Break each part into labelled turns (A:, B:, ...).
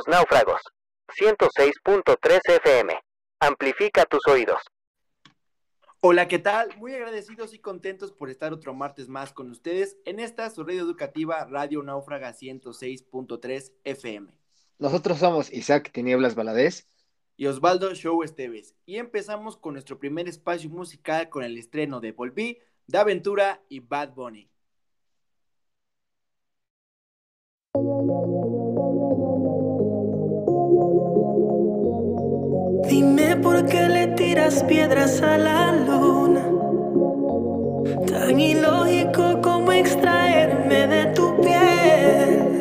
A: Náufragos. 106.3 FM. Amplifica tus oídos.
B: Hola, ¿qué tal? Muy agradecidos y contentos por estar otro martes más con ustedes en esta su radio educativa Radio Náufraga 106.3 FM.
C: Nosotros somos Isaac Tinieblas Valadez
B: y Osvaldo Show Esteves. Y empezamos con nuestro primer espacio musical con el estreno de Volví, De Aventura y Bad Bunny.
D: Dime por qué le tiras piedras a la luna. Tan ilógico como extraerme de tu piel.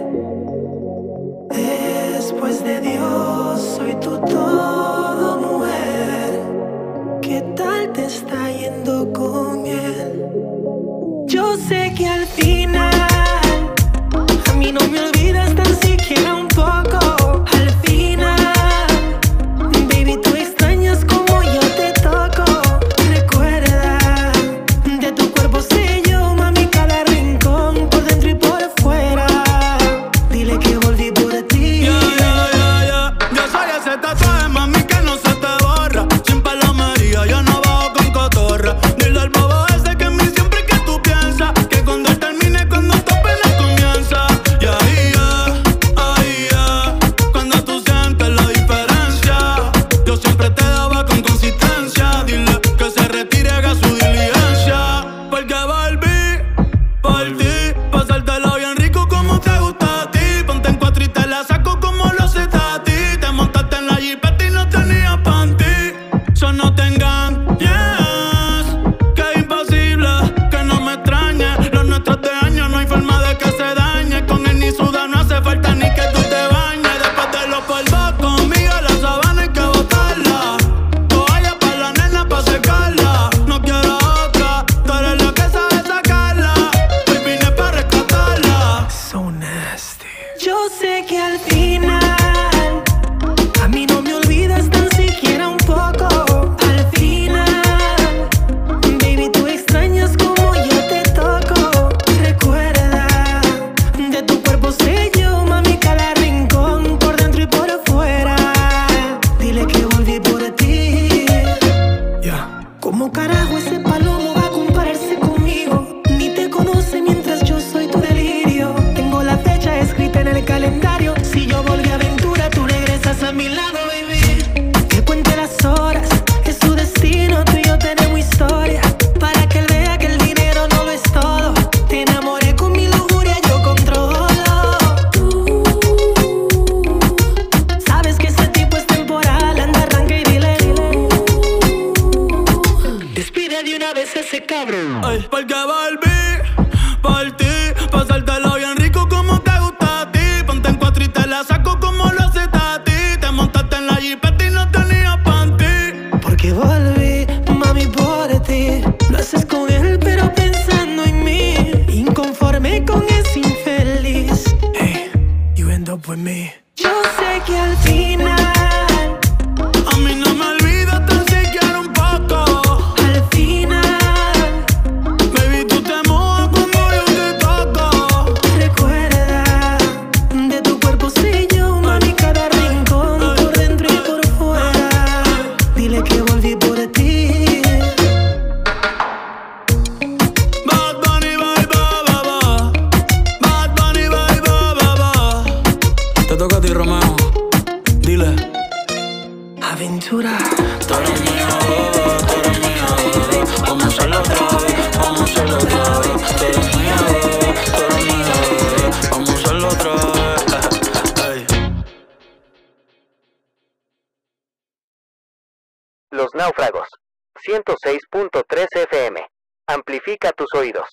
D: Después de Dios soy tu todo, mujer. ¿Qué tal te está yendo con él? Yo sé que al final a mí no me olvidas tan siquiera un poco. Al final
A: Los Náufragos. 106.3 FM. Amplifica tus oídos.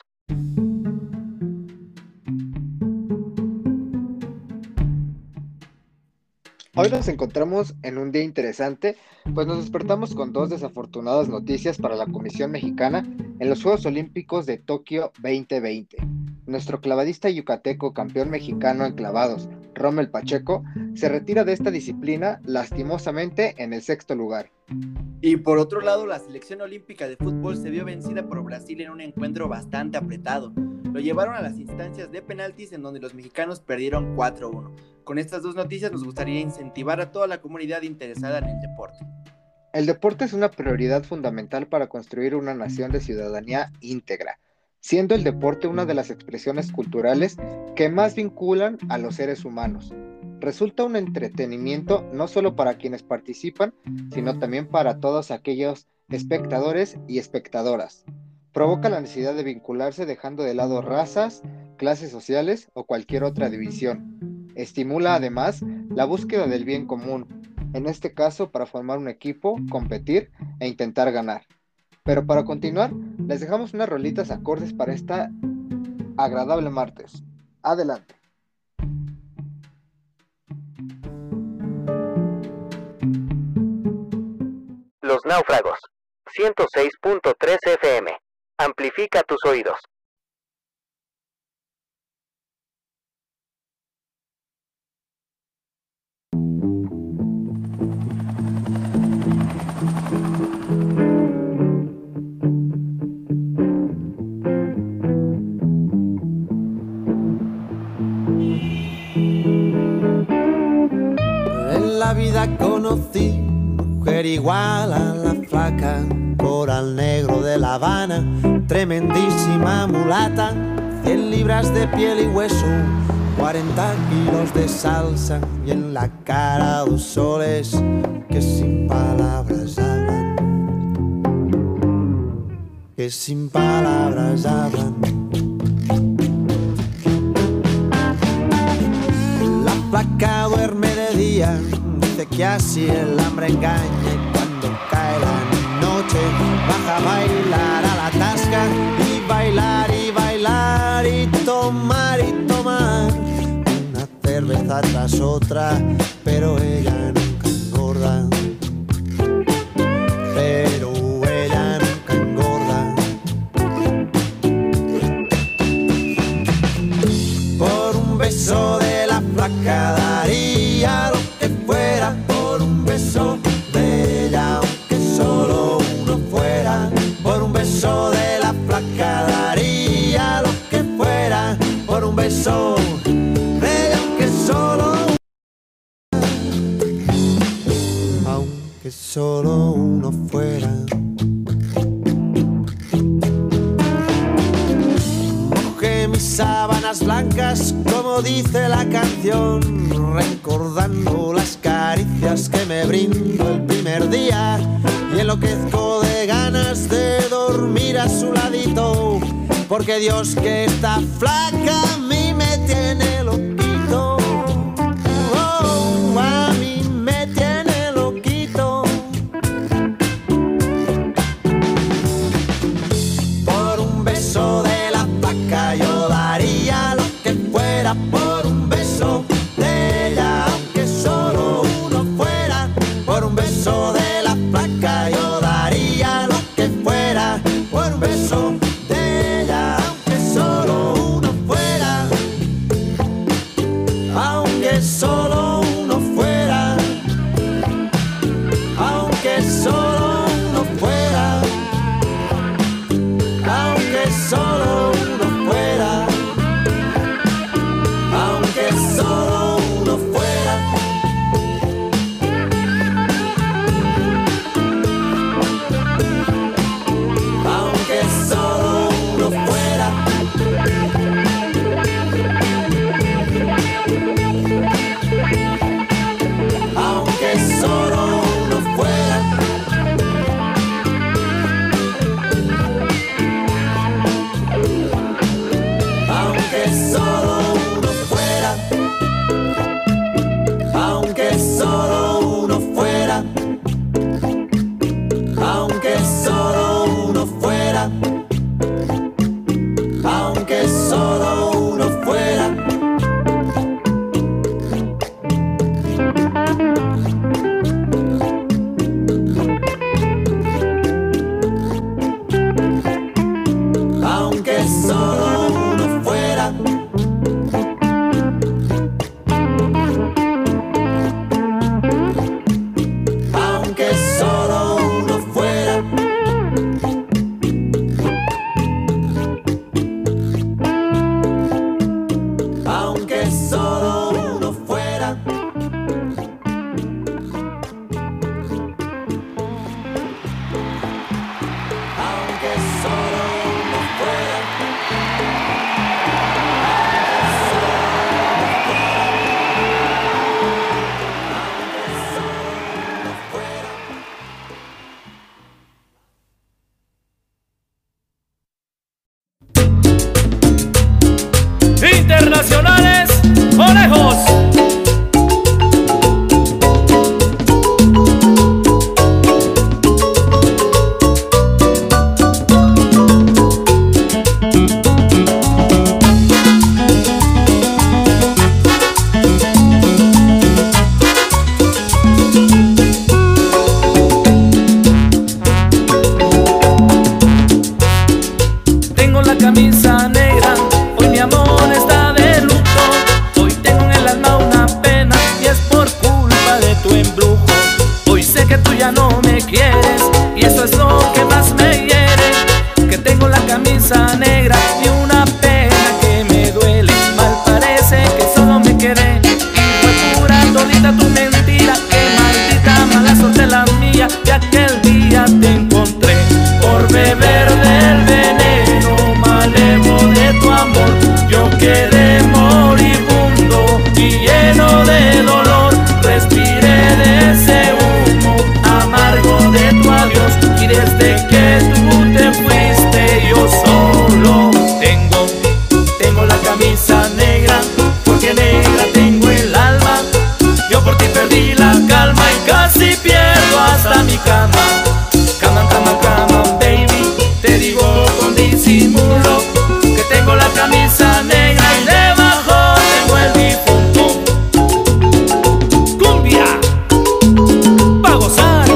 C: Hoy nos encontramos en un día interesante, pues nos despertamos con dos desafortunadas noticias para la Comisión Mexicana en los Juegos Olímpicos de Tokio 2020. Nuestro clavadista yucateco campeón mexicano en clavados, Rommel Pacheco, se retira de esta disciplina lastimosamente en el 6º lugar.
B: Y por otro lado, la selección olímpica de fútbol se vio vencida por Brasil en un encuentro bastante apretado. Lo llevaron a las instancias de penaltis en donde los mexicanos perdieron 4-1. Con estas dos noticias nos gustaría incentivar a toda la comunidad interesada en el deporte.
C: El deporte es una prioridad fundamental para construir una nación de ciudadanía íntegra, siendo el deporte una de las expresiones culturales que más vinculan a los seres humanos. Resulta un entretenimiento no solo para quienes participan, sino también para todos aquellos espectadores y espectadoras. Provoca la necesidad de vincularse dejando de lado razas, clases sociales o cualquier otra división. Estimula además la búsqueda del bien común, en este caso para formar un equipo, competir e intentar ganar. Pero para continuar, les dejamos unas rolitas acordes para esta agradable martes. Adelante.
A: Los Náufragos. 106.3 FM. Amplifica tus oídos.
E: En la vida conocí mujer igual a la flaca, coral negro de La Habana, tremendísima mulata, 100 libras de piel y hueso, 40 kilos de salsa y en la cara 2 soles que sin palabras hablan, que sin palabras hablan. La flaca duerme de día, dice que así el hambre engaña y cuando cae la noche baja a bailar a la tasca y bailar y bailar y tomar una cerveza tras otra, pero ella nunca engorda, pero ella nunca engorda. Por un beso de la flaca daría lo que fuera, por un beso de ella aunque solo uno fuera, por un beso de la flaca daría lo que fuera, por un beso de ella aunque solo aunque solo uno fuera. Mojé mis sábanas blancas, como dice la canción, recordando las caricias que me brindó el primer día, y enloquezco de ganas de dormir a su ladito, porque Dios que está flaca a mí me tiene loquito. Oh, a mí me tiene loquito. Por un beso de la flaca yo daría lo que fuera, por un beso de ella aunque solo uno fuera, por un beso de la flaca yo daría lo que fuera, por un beso de ella aunque solo uno fuera.
F: camisa negra y una pena que me duele. Mal parece que solo me quedé y fue pura todita tu mentira. Que maldita mala suerte la mía, que aquel día te encontré por beber del veneno malevo de tu amor. Yo quedé moribundo y lleno de dolor, respiré de ese humo amargo de tu adiós. Y desde que tú te fuiste yo solo tengo la camisa negra, porque negra tengo el alma. Yo por ti perdí la calma y casi pierdo hasta mi cama. Cama, cama, cama, baby, te digo con disimulo que tengo la camisa negra y debajo tengo el difunto. Cumbia, pa' gozar.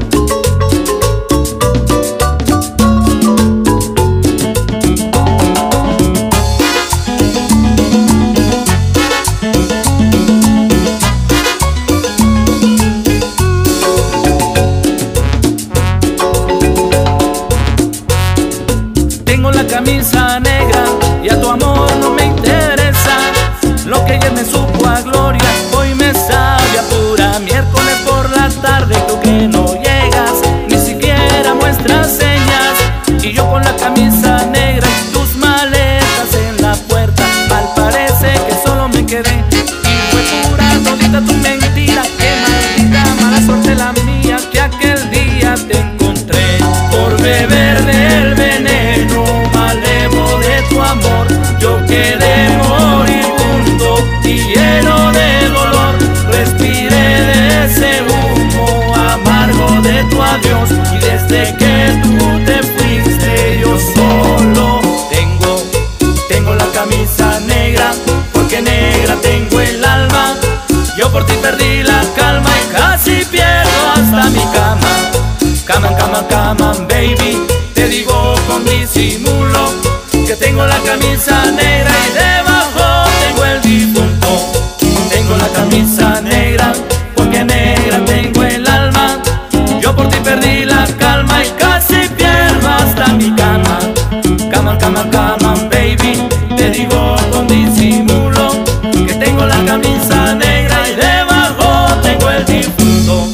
F: Camisa negra y a tu amor no me interesa. Lo que ayer me supo a gloria hoy me sabe a pura. Miércoles por la tarde tú que no llegas, ni siquiera muestras señas, y yo con la camisa negra y tus maletas en la puerta. Mal parece que solo me quedé y fue pura todita tu mentira. Que maldita mala suerte la mía, que aquel día te encontré por beber del veneno malevo de tu amor. Yo quedé moribundo y lleno de dolor, respiré de ese humo amargo de tu adiós. Y desde que tú te fuiste yo solo tengo la camisa negra, porque negra tengo el alma. Yo por ti perdí la calma y casi pierdo hasta mi cama. Cama, cama, cama, baby, te digo con disimulo que tengo la camisa negra y debajo tengo el difunto. Tengo la camisa negra, porque negra tengo el alma. Yo por ti perdí la calma y casi pierdo hasta mi cama. Cama, cama, cama, baby, te digo con disimulo que tengo la camisa negra y debajo tengo el difunto.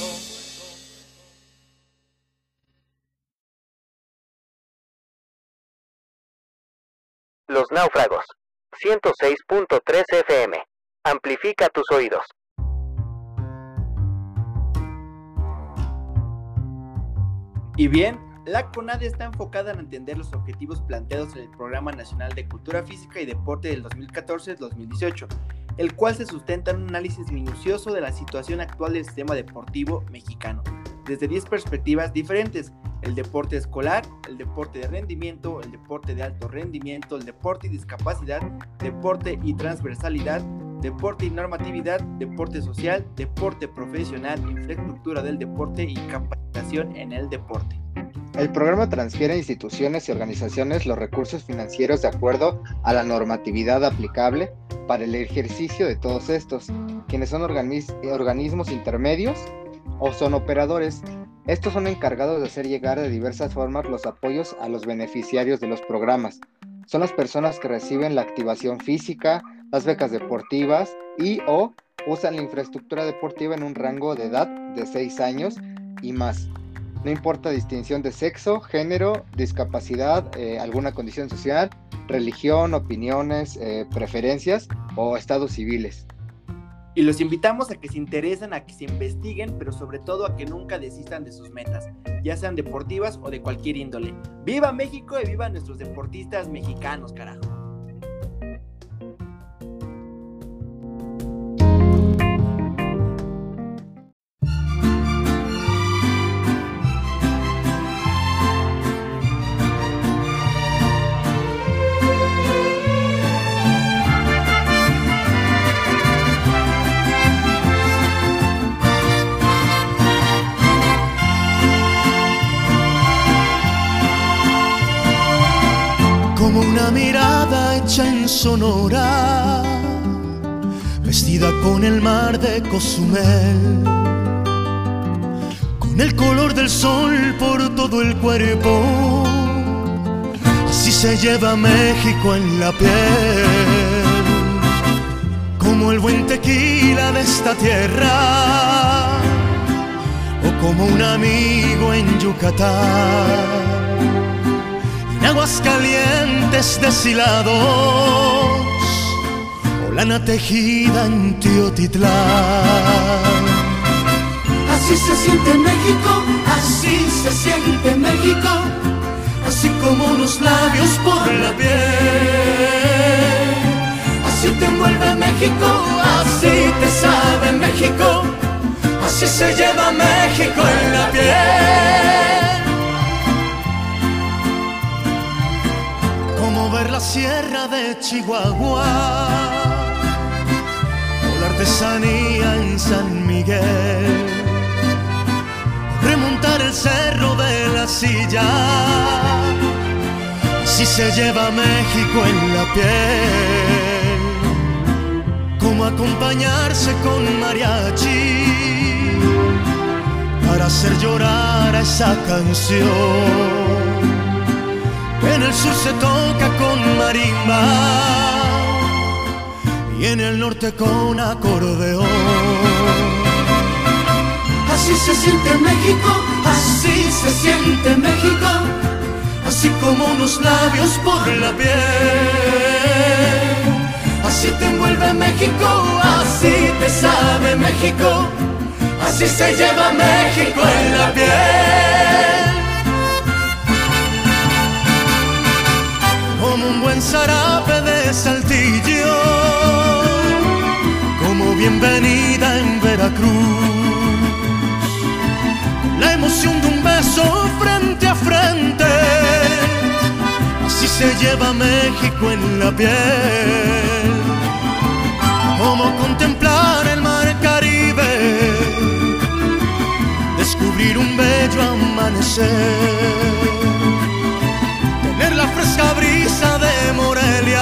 A: Los Náufragos, 106.3 FM. Amplifica tus oídos.
B: Y bien, la CONADE está enfocada en entender los objetivos planteados en el Programa Nacional de Cultura Física y Deporte del 2014-2018, el cual se sustenta en un análisis minucioso de la situación actual del sistema deportivo mexicano, desde 10 perspectivas diferentes: el deporte escolar, el deporte de rendimiento, el deporte de alto rendimiento, el deporte y discapacidad, deporte y transversalidad, deporte y normatividad, deporte social, deporte profesional, infraestructura del deporte y capacitación en el deporte.
C: El programa transfiere a instituciones y organizaciones los recursos financieros de acuerdo a la normatividad aplicable para el ejercicio de todos estos, quienes son organismos intermedios o son operadores. Estos son encargados de hacer llegar de diversas formas los apoyos a los beneficiarios de los programas. Son las personas que reciben la activación física, las becas deportivas y o usan la infraestructura deportiva en un rango de edad de 6 años y más. No importa distinción de sexo, género, discapacidad, alguna condición social, religión, opiniones, preferencias o estados civiles.
B: Y los invitamos a que se interesen, a que se investiguen, pero sobre todo a que nunca desistan de sus metas, ya sean deportivas o de cualquier índole. ¡Viva México y viva nuestros deportistas mexicanos, carajo!
E: Como una mirada hecha en Sonora, vestida con el mar de Cozumel, con el color del sol por todo el cuerpo, Así se lleva México en la piel, como el buen tequila de esta tierra, o como un amigo en Yucatán, en aguas calientes deshilados, o lana tejida en Teotitlán.
D: Así se siente México, así se siente México, así como unos labios por la piel. Así te envuelve México, así te sabe México, así se lleva México en la piel.
E: Como ver la sierra de Chihuahua, o la artesanía en San Miguel, remontar el cerro de la Silla. Así se lleva México en la piel, como acompañarse con mariachi para hacer llorar a esa canción que en el sur se toca con marimba y en el norte con acordeón.
D: Así se siente México, así se siente México, así como unos labios por la piel. Así te envuelve México, así te sabe México, así se lleva México en la piel.
E: Como un buen zarape de Saltillo, como bienvenida en Veracruz, la emoción de un beso frente a frente. Así se lleva México en la piel, como contemplar el mar Caribe, descubrir un bello amanecer, tener la fresca brisa de Morelia,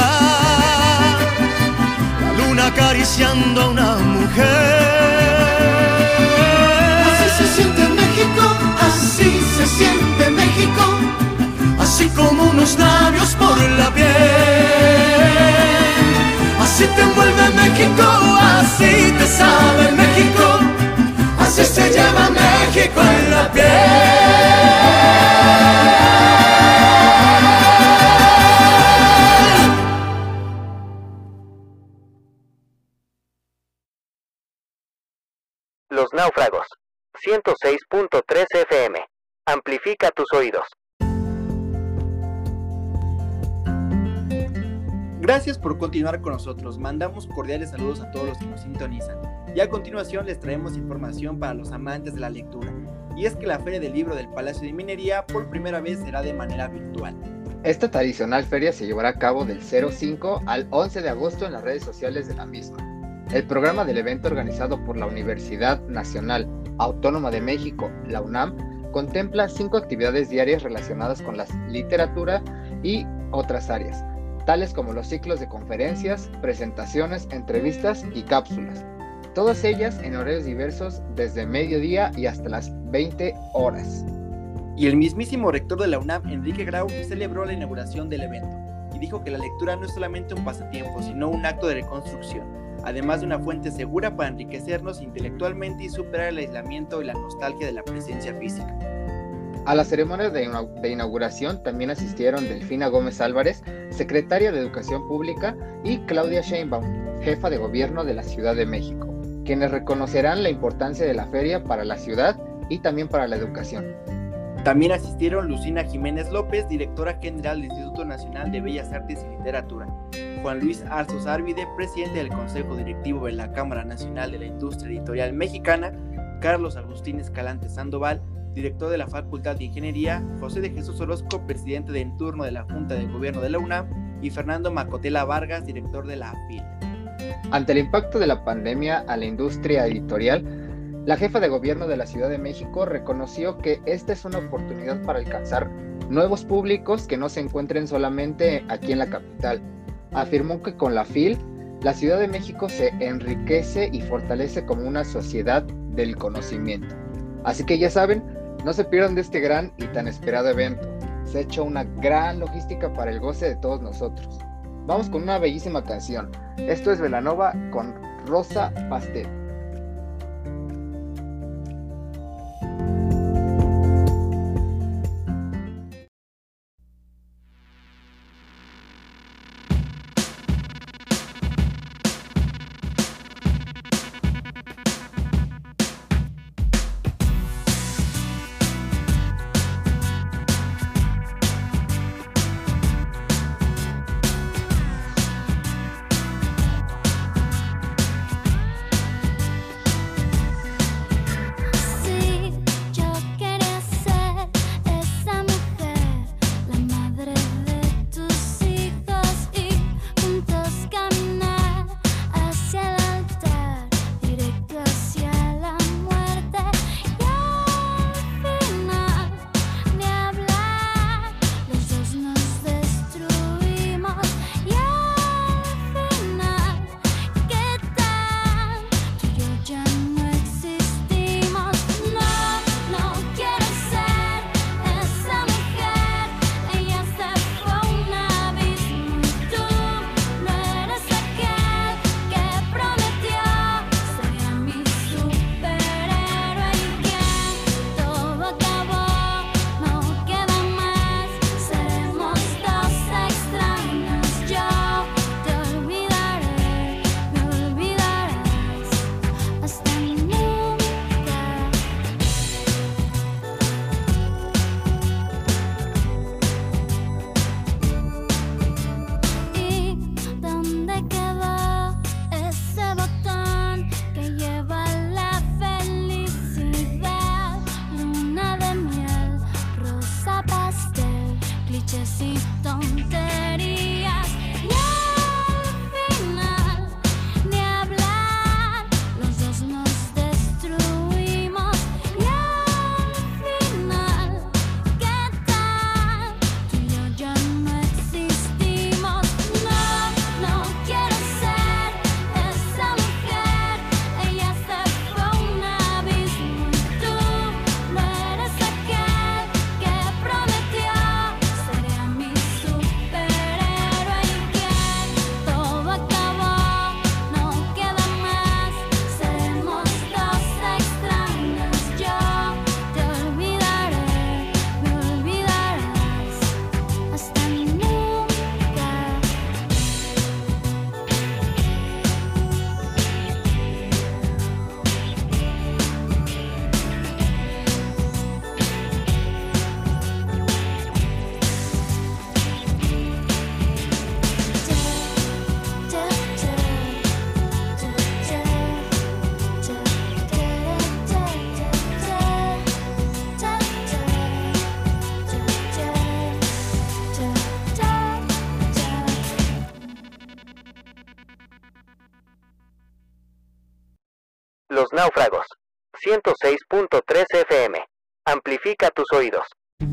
E: la luna acariciando a una mujer.
D: Así se siente México, así se siente México, así como unos labios por la piel. Así te envuelve México, así te sabe México, así se lleva México en la piel.
A: Los Náufragos, 106.3 FM. Amplifica tus oídos.
B: Gracias por continuar con nosotros. Mandamos cordiales saludos a todos los que nos sintonizan. Y a continuación les traemos información para los amantes de la lectura. Y es que la Feria del Libro del Palacio de Minería por primera vez será de manera virtual.
C: Esta tradicional feria se llevará a cabo del 05 al 11 de agosto en las redes sociales de la misma. El programa del evento, organizado por la Universidad Nacional Autónoma de México, la UNAM, contempla 5 actividades diarias relacionadas con la literatura y otras áreas, tales como los ciclos de conferencias, presentaciones, entrevistas y cápsulas. Todas ellas en horarios diversos desde mediodía y hasta las 20 horas.
B: Y el mismísimo rector de la UNAM, Enrique Grau, celebró la inauguración del evento y dijo que la lectura no es solamente un pasatiempo, sino un acto de reconstrucción, además de una fuente segura para enriquecernos intelectualmente y superar el aislamiento y la nostalgia de la presencia física.
C: A la ceremonia de inauguración también asistieron Delfina Gómez Álvarez, secretaria de Educación Pública, y Claudia Sheinbaum, jefa de gobierno de la Ciudad de México, quienes reconocerán la importancia de la feria para la ciudad y también para la educación.
B: También asistieron Lucina Jiménez López, directora general del Instituto Nacional de Bellas Artes y Literatura, Juan Luis Arzos Árvide, presidente del Consejo Directivo de la Cámara Nacional de la Industria Editorial Mexicana, Carlos Agustín Escalante Sandoval, director de la Facultad de Ingeniería, José de Jesús Orozco, presidente de en turno de la Junta de Gobierno de la UNAM, y Fernando Macotela Vargas, director de la AFIL.
C: Ante el impacto de la pandemia a la industria editorial, la jefa de gobierno de la Ciudad de México reconoció que esta es una oportunidad para alcanzar nuevos públicos que no se encuentren solamente aquí en la capital. Afirmó que con la FIL, la Ciudad de México se enriquece y fortalece como una sociedad del conocimiento. Así que ya saben, no se pierdan de este gran y tan esperado evento. se ha hecho una gran logística para el goce de todos nosotros. Vamos con una bellísima canción. Esto es Belanova con Rosa Pastel.
A: Los Náufragos, 106.3 FM. Amplifica tus oídos.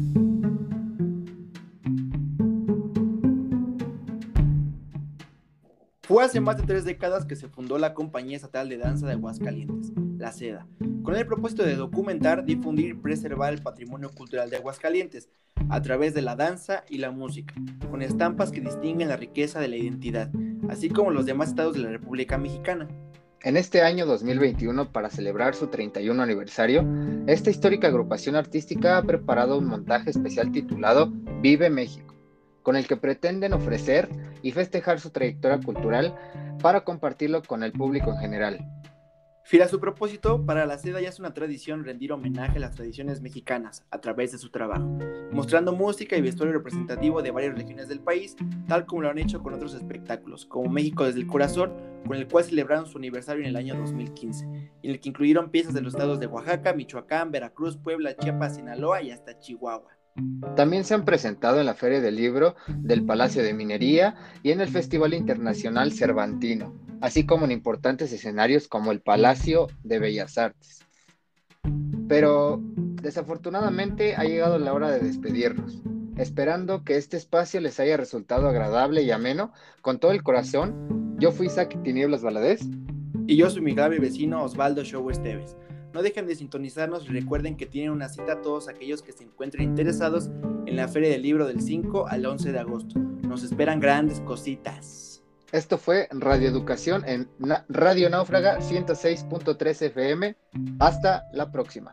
B: Fue hace más de 3 décadas que se fundó la Compañía Estatal de Danza de Aguascalientes, la SEDA, con el propósito de documentar, difundir y preservar el patrimonio cultural de Aguascalientes a través de la danza y la música, con estampas que distinguen la riqueza de la identidad, así como los demás estados de la República Mexicana.
C: En este año 2021, para celebrar su 31 aniversario, esta histórica agrupación artística ha preparado un montaje especial titulado Vive México, con el que pretenden ofrecer y festejar su trayectoria cultural para compartirlo con el público en general.
B: Fiel a su propósito, para la SEDA ya es una tradición rendir homenaje a las tradiciones mexicanas a través de su trabajo, mostrando música y vestuario representativo de varias regiones del país, tal como lo han hecho con otros espectáculos, como México desde el Corazón, con el cual celebraron su aniversario en el año 2015, en el que incluyeron piezas de los estados de Oaxaca, Michoacán, Veracruz, Puebla, Chiapas, Sinaloa y hasta Chihuahua.
C: También se han presentado en la Feria del Libro del Palacio de Minería y en el Festival Internacional Cervantino, así como en importantes escenarios como el Palacio de Bellas Artes. Pero desafortunadamente ha llegado la hora de despedirnos, esperando que este espacio les haya resultado agradable y ameno. Con todo el corazón, yo fui Isaac Tinieblas Valadez.
B: Y yo soy mi grave vecino Osvaldo Show Esteves. No dejen de sintonizarnos y recuerden que tienen una cita a todos aquellos que se encuentren interesados en la Feria del Libro del 5 al 11 de agosto. Nos esperan grandes cositas.
C: Esto fue Radio Educación en Radio Náufraga 106.3 FM. Hasta la próxima.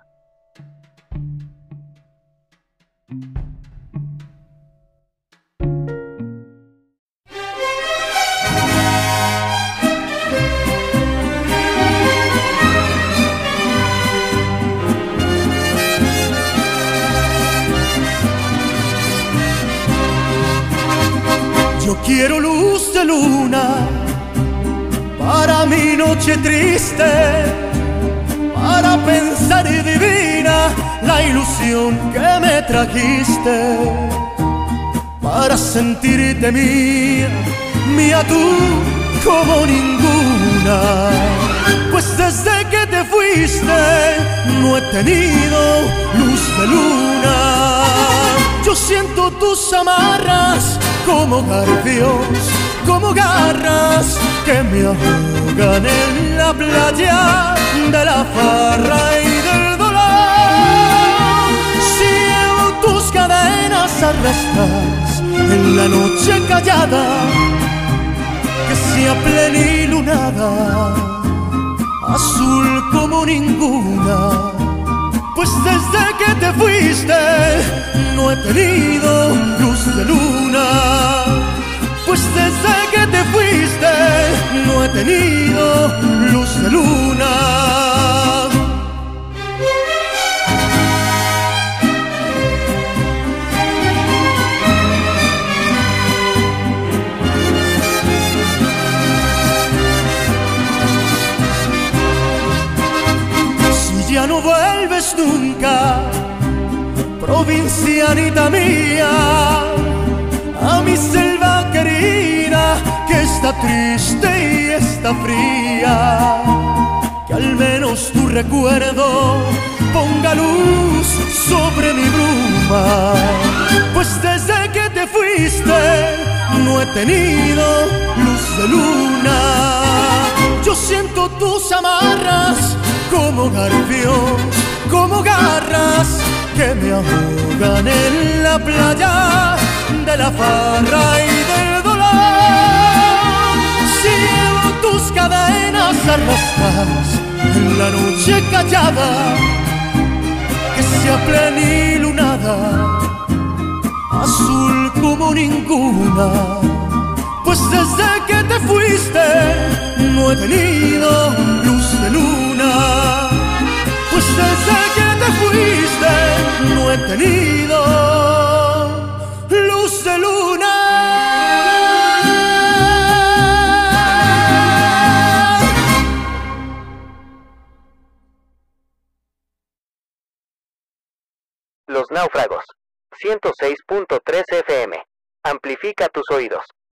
G: Yo quiero luz de luna para mi noche triste, para pensar y divina la ilusión que me trajiste, para sentirte mía, mía tú como ninguna. Pues desde que te fuiste no he tenido luz de luna. Yo siento tus amarras como garfios, como garras que me ahogan en la playa de la farra y del dolor. Si llevo tus cadenas arrastradas en la noche callada, que sea plenilunada, azul como ninguna. Pues desde que te fuiste no he tenido luz de luna. Pues desde que te fuiste no he tenido luz de luna. Si ya no vuelves nunca, provincianita mía, a mi selva querida que está triste y está fría, que al menos tu recuerdo ponga luz sobre mi bruma. Pues desde que te fuiste no he tenido luz de luna. Yo siento tus amarras como garfios, como garras que me ahogan en la playa de la farra y del dolor. Si llevo tus cadenas arrastradas en la noche callada, que sea plenilunada, azul como ninguna. Pues desde que te fuiste no he tenido luz de luna. Pues desde que te fuiste no he tenido luz de luna.
A: Los Náufragos, 106.3 FM. Amplifica tus oídos.